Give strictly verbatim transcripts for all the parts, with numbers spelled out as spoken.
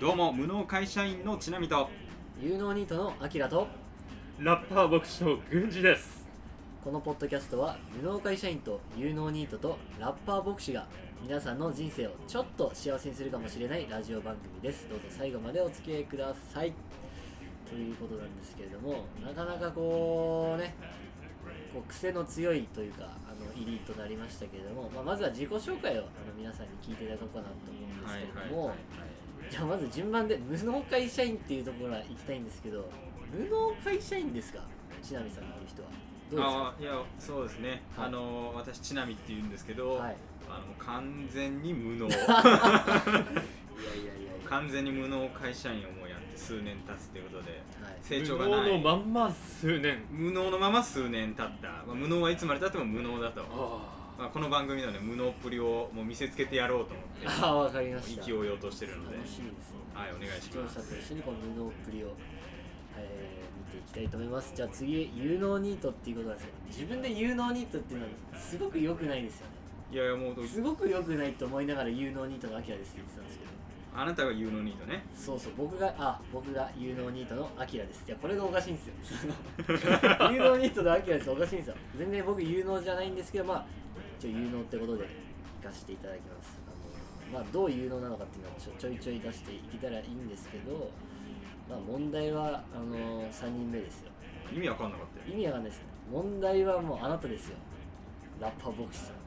どうも無能会社員のちなみと有能ニートのあきらとラッパー牧師の軍事です。 このポッドキャストは無能会社員と有能ニートとラッパー牧師が皆さんの人生をちょっと幸せにするかもしれないラジオ番組です。どうぞ最後までお付き合いくださいということなんですけれども、なかなかこうねこう癖の強いというかあの入りとなりましたけれども、まあ、まずは自己紹介をあの皆さんに聞いていただこうかなと思うんですけれども、はいはいはいはい、じゃあまず順番で無能会社員っていうところから行きたいんですけど、無能会社員ですか、ちなみさんっていう人はどうですか？ あいやそうですね、はい、あの私ちなみって言うんですけど、はい、あの完全に無能いやいやいやいや完全に無能会社員をもうやって数年経つということで、はい、成長がない。 無能のまんま数年無能のまま数年経った、まあ、無能はいつまで経っても無能だと、まあ、この番組のね無能っぷりをもう見せつけてやろうと思ってあわかりました勢いを落としてるので楽しみですね。 はい、お願いします。 視聴者と一緒にこの無能っぷりを、えー、見ていきたいと思います。じゃあ次有能ニートっていうことなんですけど、自分で有能ニートっていうのはすごく良くないですよね。 いやいやもうすごく良くないと思いながら有能ニートのアキラですって言ってたんですけど、 あなたが有能ニートね。 そうそう、僕があ僕が有能ニートのアキラです。いやこれがおかしいんですよ有能ニートのアキラです。おかしいんですよ。全然僕有能じゃないんですけど、まあ一応有能ってことで行かせていただきます。あのまあどう有能なのかっていうのはちょ、ちょいちょい出していけたらいいんですけど、まあ問題はあのさんにんめですよ。 意味わかんなかったよ。 意味わかんないですね。問題はもうあなたですよ、ラッパー牧師さん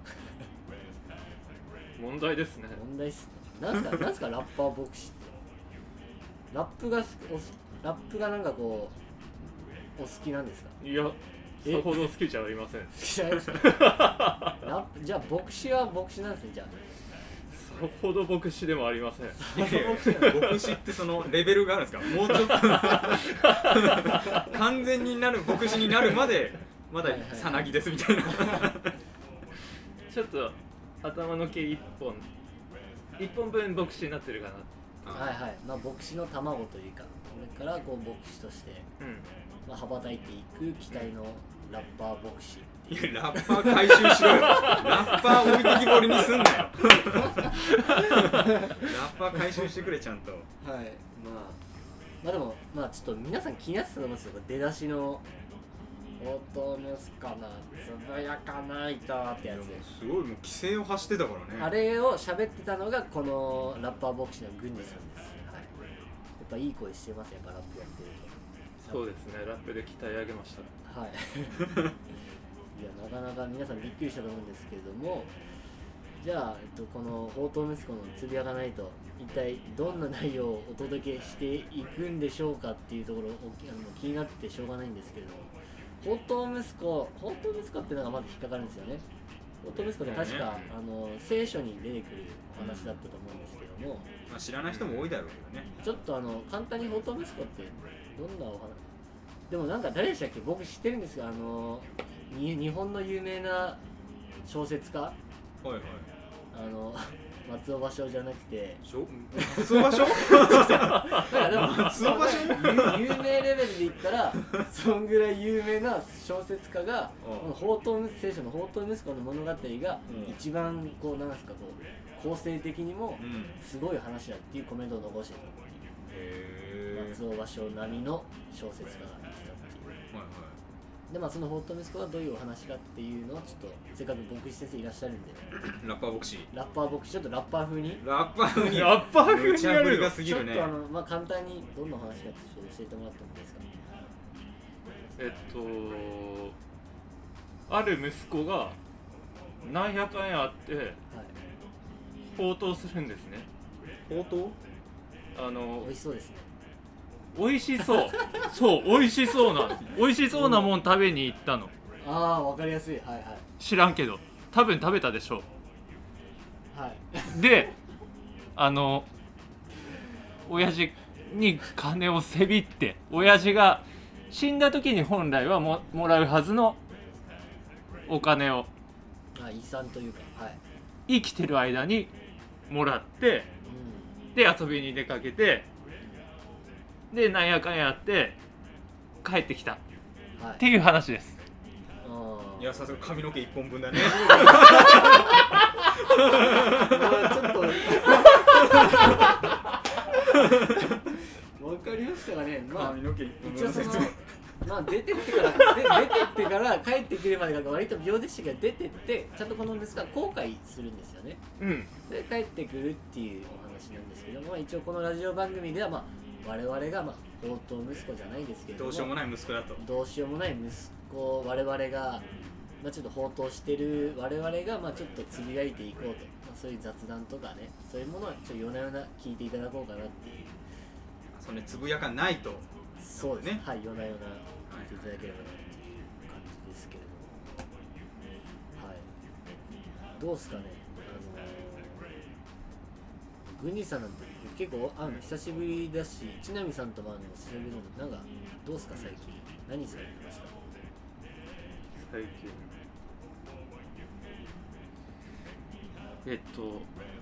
問題ですね。 問題っすね。なんすかなんすかラッパー牧師って。ラップが好きおラップがなんかこうお好きなんですか？ いや、さほど好きじゃありません。好きじゃないですかラップじゃあ牧師は牧師なんですね。じゃあさほど牧師でもありません。 牧師ってそのレベルがあるんですか？もうちょっと完全になる牧師になるまでまださなぎですみたいなちょっと頭の毛一本一本分牧師になってるかな。 はいはい、まあ牧師の卵というか、これからこう牧師として、うんまあ、羽ばたいていく期待のラッパー牧師。 いやラッパー回収しろよラッパー置いてきぼりにすんなよラッパー回収してくれちゃんと。はい、 まあまあでもまあちょっと皆さん気になってたと思うんですよ、出だしのオートムスかなつぶやかないとってやつ。 すごいもう規制を発してたからね。 あれを喋ってたのがこのラッパー牧師の軍司さんです、はい、やっぱいい声してますよ、やっぱラップやってると。そうですね、ラップで鍛え上げました。 はいいやなかなか皆さんびっくりしたと思うんですけれども、じゃあ、えっと、この放蕩息子のつぶやかないと一体どんな内容をお届けしていくんでしょうかっていうところをあの気になってしょうがないんですけれども、放蕩息子、放蕩息子っていうのがまず引っかかるんですよね。放蕩息子って確か、あの聖書に出てくるお話だったと思うんですけども、 まあ、知らない人も多いだろうけどね。 ちょっとあの簡単に放蕩息子ってどんなお話でもなんか誰でしたっけ？僕知ってるんですが、あのに日本の有名な小説家、はいはい、あの松尾芭蕉じゃなくて松尾芭蕉松尾芭蕉有名レベルで言ったらそんぐらい有名な小説家がこの放蕩聖書の放蕩息子の物語が一番こうなんですかこう構成的にもすごい話だっていうコメントを残してたっていう、松尾芭蕉並みの小説家が言ってたっていう、はいはい、でまあその放蕩息子がどういうお話かっていうのをちょっとせっかく牧師先生いらっしゃるんでラッパー牧師ラッパー牧師ちょっとラッパー風にラッパー風にラッパー風にやるがすぎるね。 ちょっとあのまあ簡単にどんなお話かちょっと教えてもらってもいいですか？ えっとある息子が何百円あって、はい、放蕩するんですね。 放蕩？ あの美味しそうですね。 美味しそうそう美味しそうな美味しそうなもん食べに行ったの。 ああわかりやすい。はいはい。 知らんけど多分食べたでしょう。はい。 であの親父に金をせびって、親父が死んだ時に本来は も, もらうはずのお金をあ遺産というか、はい、 生きてる間にもらって、うん、で遊びに出かけてでなんやかんやって帰ってきた、はい、っていう話です。 いやさすが髪の毛一本分だねちょっとわかりましたかね。まあ髪の毛一本一応その分の説明まあ出てってからで出てってから帰ってくるまでが割と秒でしたけど、出てってちゃんとこの息子は後悔するんですよね。 うんで帰ってくるっていうお話なんですけども、まあ、一応このラジオ番組では、まあ、我々が、まあ、放蕩息子じゃないですけれども、 どうしようもない息子だと。 どうしようもない息子、我々が、まあ、ちょっと放蕩してる我々が、まあ、ちょっとつぶやいていこうと、まあ、そういう雑談とかね、そういうものはちょっと夜な夜な聞いていただこうかなっていう。 それつぶやかないと。 そうですね。 ね、 はい、夜な夜な聞いていただければなっていう感じですけれども、はい。どうすかね、あのー、グンジさんなんて結構会うの久しぶりだし、ちなみさんとも会うのも久しぶりなので、なんかどうすか最近、何されてました？ 最近えっと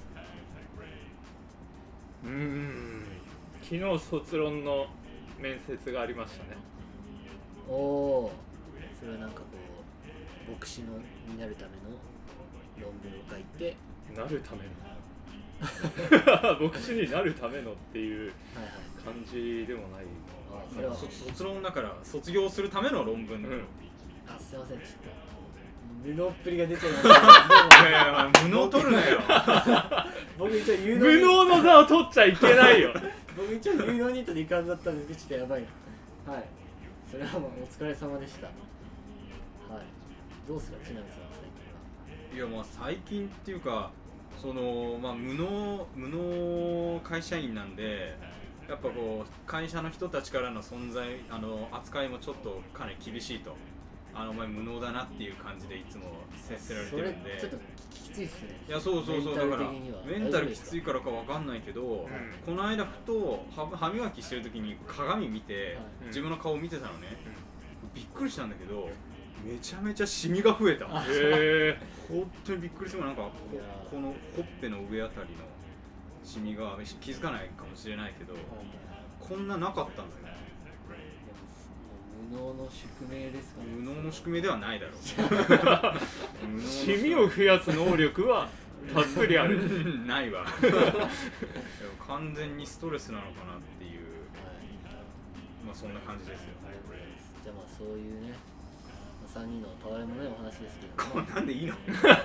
うーん昨日卒論の面接がありましたね。 おお、それはなんかこう牧師のになるための論文を書いて、 なるための牧師になるためのっていう感じでもない。 あ、それは卒論だから卒業するための論文、うん、 あ、すいません、ちょっと無能っぷりが出ちゃいました。 いやいや、無能取るなよ僕一応有能無能の座を取っちゃいけないよ僕一応有能ニートで行かんだったんですけど、ちょっとやばいな。はい、それはもうお疲れ様でした。はい、どうすか、ちなみさん最近は。 いや、まあ最近っていうか、そのまあ無能無能会社員なんで、やっぱこう会社の人たちからの存在、あの扱いもちょっとかなり厳しいと。あのお前無能だなっていう感じでいつも接せられてるんで、 それちょっときついっすね。 いや、そうそうそう、だからメンタルきつい。 いからかわかんないけど、 うん、 この間ふと歯磨きしてる時に鏡見て、 うん、 自分の顔見てたのね、うん、びっくりしたんだけど、めちゃめちゃシミが増えた。へえ。本当にびっくりしても、なんか こ, このほっぺの上あたりのシミが気づかないかもしれないけど、こんななかったんだよ。 無能の宿命ですかね。 無能の宿命ではないだろうシミを増やす能力はたっぷりあるないわ完全にストレスなのかなっていう、はい、まあそんな感じですよ。 ありがとうございます。じゃあまあそういうね、さんにんのたわいもないお話ですけど、 こんなんでいいの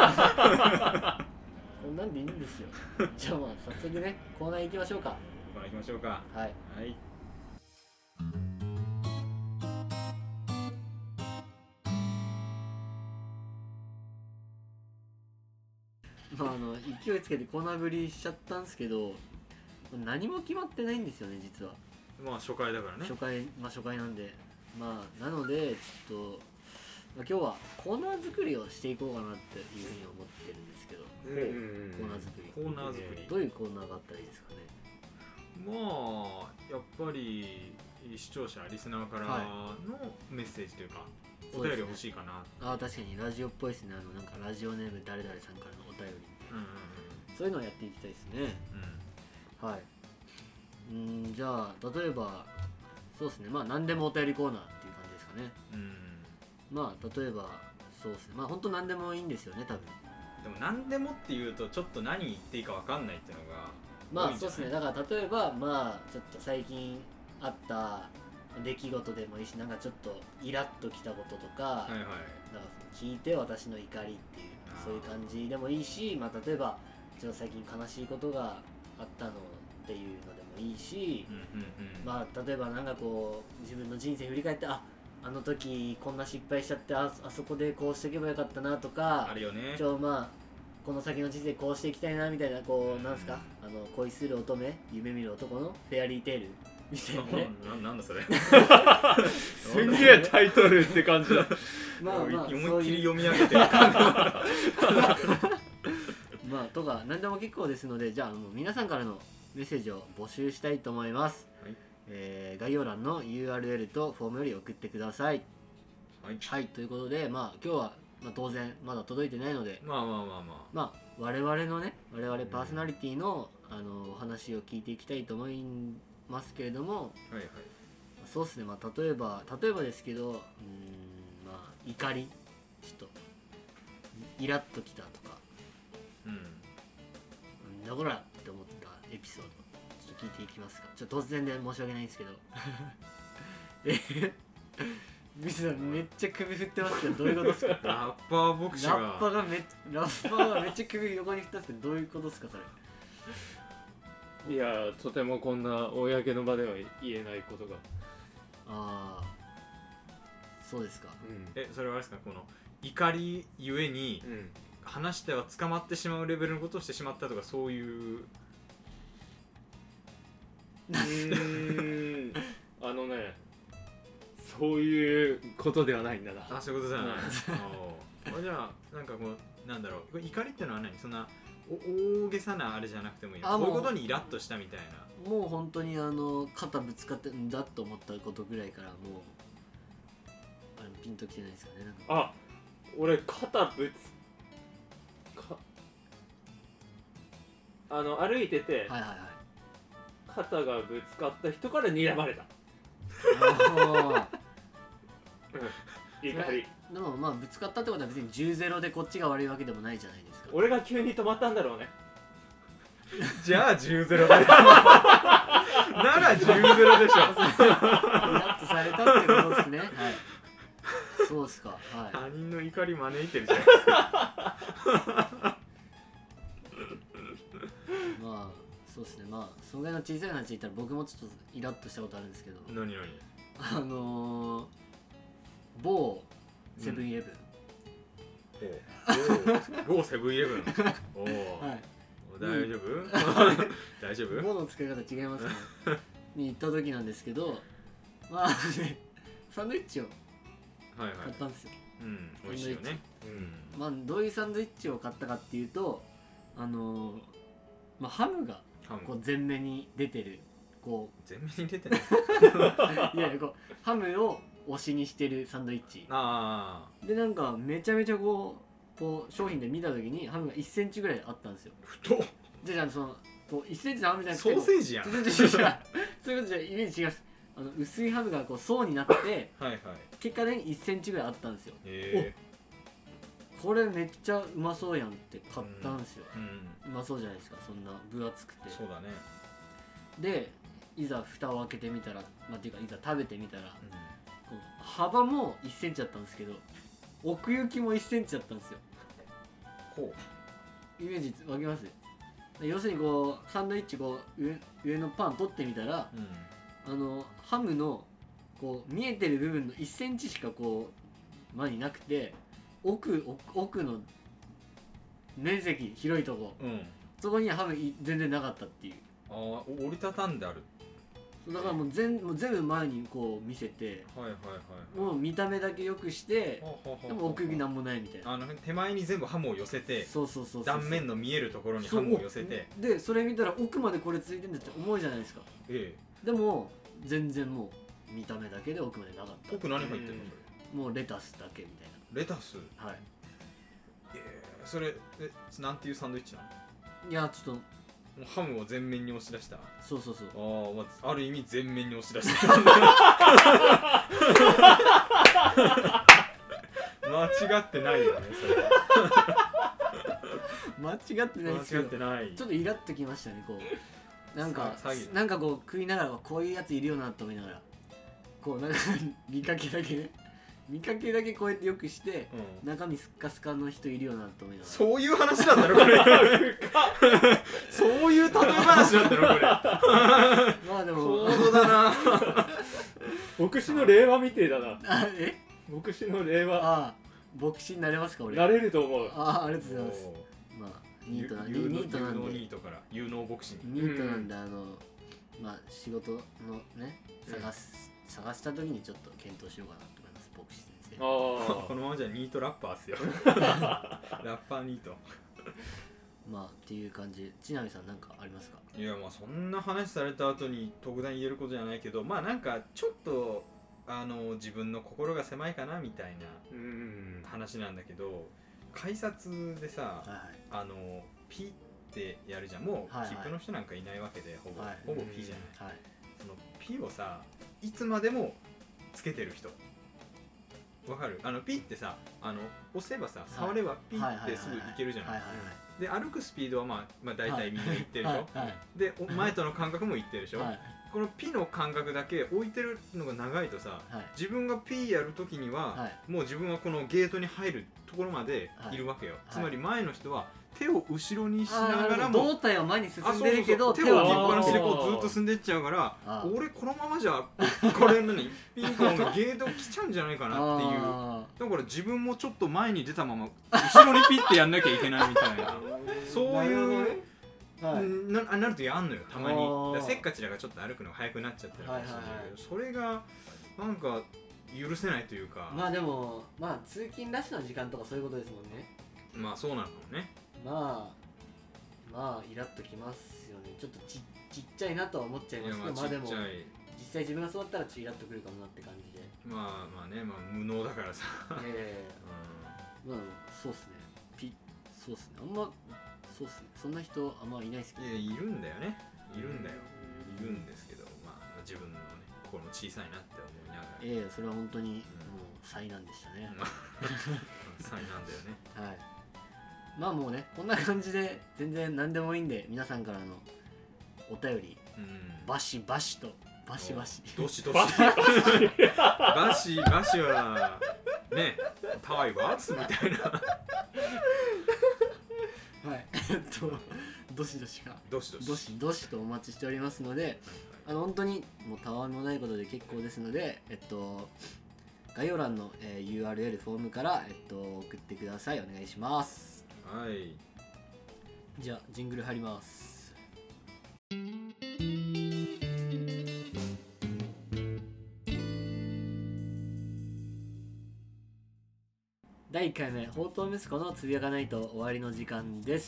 こんなんでいいんですよ。じゃあまあ早速ね、コーナー行きましょうか。 コーナー行きましょうか。 はい、 はい。 まあ、あの勢いつけてコーナーぶりしちゃったんですけど、何も決まってないんですよね、実は。 まあ初回だからね。 初回、まあ初回なんで、まあなのでちょっと、まあ、今日はコーナー作りをしていこうかなっていうふうに思ってるんですけど、コーナー作り。 コーナー作り。 どういうコーナーがあったらいいですかね。 まあやっぱり視聴者リスナーからのメッセージというか、はい、お便り欲しいかな。 ああ、確かにラジオっぽいですね。あのなんかラジオネーム誰々さんからのお便り、 うんうんうん、 そういうのをやっていきたいですね。うん、はい。うん、じゃあ例えばそうですね、まあ何でもお便りコーナーっていう感じですかね。うん、まあ例えばそうですね、まあ本当何でもいいんですよね、多分。 でも何でもっていうとちょっと何言っていいか分かんないっていうのがまあそうですね。だから例えばまあちょっと最近あった出来事でもいいし、なんかちょっとイラッときたこととか、はいはい、なんか聞いて私の怒りっていうそういう感じでもいいし、まあ例えばちょっと最近悲しいことがあったのっていうのでもいいし、うんうんうん、まあ例えばなんかこう自分の人生振り返って、ああの時こんな失敗しちゃって、 あ, あそこでこうしていけばよかったなとか、 あるよね。 ちょまあこの先の人生こうしていきたいなみたいな、こうなんすか、あの恋する乙女、夢見る男のフェアリーテールみたいなね。 な, なんだそれすんげえタイトルって感じだまあまあ思いっきり読み上げてるまあとか何でも結構ですので、じゃあもう皆さんからのメッセージを募集したいと思います、はい。えー、概要欄の ユーアールエル とフォームより送ってください。はい、はい、ということで、まあ今日はまあ、当然まだ届いてないので、 まあまあまあまあまあ我々のね、我々パーソナリティの、うん、あのお話を聞いていきたいと思いますけれども、はいはい、そうですね、まあ例えば例えばですけど、うーん、まあ怒り、ちょっとイラッときたとか、うん、なんだこらって思ったエピソード、ちょっとと聞いていきますか。ちょっと突然で申し訳ないんですけどえミスさんめっちゃ首振ってますけどどういうことですか？ ラッパー牧師がラッパーがめラッパーがめっちゃ首横に振ったんですけどどういうことですかそれ？ いやとてもこんな公の場では言えないことが。 ああそうですか、 うん、 えそれはあれですか、この怒りゆえに、うん、話しては捕まってしまうレベルのことをしてしまったとかそういううーんあのねそういうことではないんだな。 あ、そういうことじゃないあじゃあなんかこうなんだろう、怒りっていうのは何、そんな大げさなあれじゃなくてもいい、こういうことにイラッとしたみたいな。もう本当にあの肩ぶつかってんだと思ったことぐらいからもうあれピンときてないですかね。なんかあ、俺肩ぶつかあの歩いてて、はいはいはい、肩がぶつかった人から睨まれた。いいかり。 でもまあぶつかったってことは別にじゅうたいゼロでこっちが悪いわけでもないじゃないですか。 俺が急に止まったんだろうね。 じゃあじゅうたいゼロだよ。ならじゅうたいゼロでしょ。イラッとされたってことですね。はい。そうですか。はい。 他人の怒り招いてるじゃないですか。 まあそうですね。まあそのぐらいの小さい話言ったら僕もちょっとイラッとしたことあるんですけど。 何何？ あのー、某セブンイレブン。 某セブンイレブン。おお。はい。大丈夫？大丈夫？ 某の使い方違いますね。に行った時なんですけど、まあねサンドイッチを買ったんですよ。 はいはい、うん、美味しいよね。 うん。まあどういうサンドイッチを買ったかっていうと、あのー、まあハムがこう前面に出てる。こう全面に出てないいやいやこうハムを推しにしてるサンドイッチあでなんかめちゃめちゃこうこう商品で見た時にハムがいっセンチぐらいあったんですよ。 太っ。 じゃあそのこういっセンチのハムじゃなくてソーセージやん。 そういうことじゃイメージ違います。あの薄いハムがこう層になってはい、はい、結果的にいっセンチぐらいあったんですよ。へー、これめっちゃうまそうやんって買ったんですよ、うんうん、うまそうじゃないですか、そんな分厚くて。 そうだね。 でいざ蓋を開けてみたら、まあ、ていうかいざ食べてみたら、うん、こう幅もいっセンチだったんですけど奥行きもいっセンチだったんですよ。 ほうイメージわけます？要するにこうサンドイッチこう 上, 上のパン取ってみたら、うん、あのハムのこう見えてる部分のいっセンチしかこう前になくて 奥, 奥の面積広いとこ、うん、そこにはハム全然なかったっていう。 ああ、折りたたんである。 だからもう 全, もう全部前にこう見せて、はいはいはい、もう見た目だけ良くして、でも奥行きなんもないみたいな。 あの手前に全部ハムを寄せて、 そうそうそうそう、 断面の見えるところにハムを寄せて、 でそれ見たら奥までこれついてんだって思うじゃないですか。ええ、でも全然もう見た目だけで奥までなかった。 奥何入ってるのそれ？もうレタスだけみたいな。 レタス？はい。えー、それえなんていうサンドイッチなの？ いやちょっともうハムを全面に押し出した。 そうそうそう。 あ、まあ、ある意味全面に押し出した間違ってないよねそれ間違ってないですけど、 間違ってない。 ちょっとイラッときましたね。こうなんかなんかこう食いながらこういうやついるよなと思いながらこうなんか見かけだけね見かけだけこうやってよくして、うん、中身スッカスカの人いるよなと思いながら。 そういう話なんだろこれそういう例え話なんだろこれまあでも高度だな牧師の令和みてえだな。 あえ牧師の令和。 ああ牧師になれますか俺。 なれると思う。 ああありがとうございます。まあニートなんでニートなんでニートから有能牧師ニートなんで、あのまあ仕事のね探す、うん、探した時にちょっと検討しようかなと思います。牧師先生。 あこのままじゃニートラッパーっすよラッパーニートまあっていう感じ。ちなみさんなんかありますか？ いやまあそんな話された後に特段言えることじゃないけど、まあなんかちょっとあの自分の心が狭いかなみたいな話なんだけど、改札でさ、はいはい、あのピーってやるじゃん。もう切符の人なんかいないわけで、ほぼ、はい、ほぼピーじゃない、はい、そのピーをさいつまでもつけてる人わかる？あのピってさ、あの押せばさ、触ればピってすぐ行けるじゃない。で歩くスピードはまあまあ大体みんな行ってるでしょ。で前との間隔も行ってるでしょ。はい、このピの間隔だけ置いてるのが長いとさ、はい、自分がピやるときには、はい、もう自分はこのゲートに入るところまでいるわけよ。はい、つまり前の人は手を後ろにしながらも胴体は前に進んでるけど手を置きっぱなしでこうずっと進んでっちゃうから、俺このままじゃこれ何ピンポンがゲート来ちゃうんじゃないかなっていう。だから自分もちょっと前に出たまま後ろにピッてやんなきゃいけないみたいなそういうはい、な, なるとやんのよたまに。せっかちらがちょっと歩くのが速くなっちゃってるかもしれないけど、それがなんか許せないというか。 まあでもまあ通勤ラッシュの時間とかそういうことですもんね。 まあそうなのかもね。 まあまあイラッときますよね。ちょっと ち, ちっちゃいなとは思っちゃいますけど、まあでも実際自分がそうだったらちょっとイラッとくるかもなって感じで。 まあまあね、まあ無能だからさ。ええー、うん、まあそうっすね。ピそうっすね。あんまそうっすね。そんな人あんまいないですけど。 いやいるんだよね。いるんだよ。いるんですけど、まあ自分のね心も小さいなって思いながら。 ええー、それは本当にもう災難でしたね。 災難だよね。 はい。まあもうねこんな感じで全然何でもいいんで皆さんからのお便り、うん、バシバシとバシバシどしどしバシバシはねタワイワーツみたいなはいえっとどしどしかどしどしどしどしとお待ちしておりますので、あの本当にもうたわいもないことで結構ですので、えっと概要欄の、えー、ユーアールエル フォームから、えっと、送ってください。お願いします。 はい。 じゃあジングル入ります。だいいっかいめ放蕩息子のつぶやかないと終わりの時間です。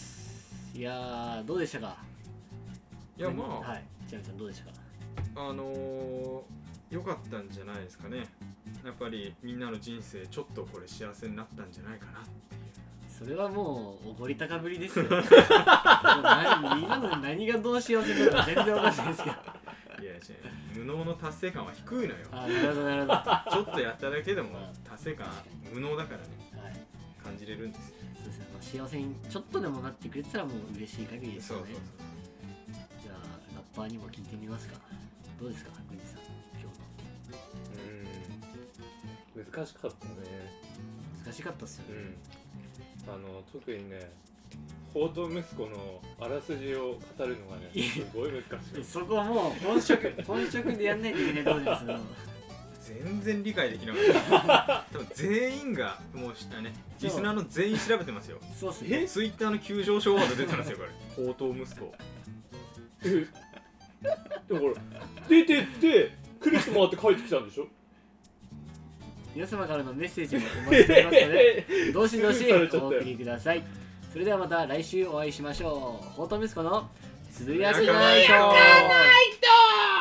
いやーどうでしたか。 いやまあはいちなみさんどうでしたか。 あのー、良かったんじゃないですかね。やっぱりみんなの人生ちょっとこれ幸せになったんじゃないかなっていう。 それはもうおごり高ぶりですよ。何今の何がどうしようっていうのか全然わかんないですけど。 いや違う無能の達成感は低いのよ。 あなるほどなるほど。 ちょっとやっただけでも達成感無能だからね、はい、感じれるんですよ。 そうですね、まあ、幸せにちょっとでもなってくれたらもう嬉しい限りですよね。そうそうそう。じゃあラッパーにも聞いてみますか。どうですかグリさん今日の。うん難しかったね。 難しかったっすよね。 うん、あの特にね放蕩息子のあらすじを語るのがねすごい難しい。 そこはもう本職本職でやんないといけないところですよ。 全然理解できなかった多分全員がもうしたねリスナーの全員調べてますよ。 そうっすね。 ツイッターの急上昇ワード出てますよこれ。放蕩息子。 えだから出てってクリス回って帰ってきたんでしょ。 皆様からのメッセージもお待ちしておりますのでどしどしお送りください。それではまた来週お会いしましょう。放蕩息子のつぶやかないと。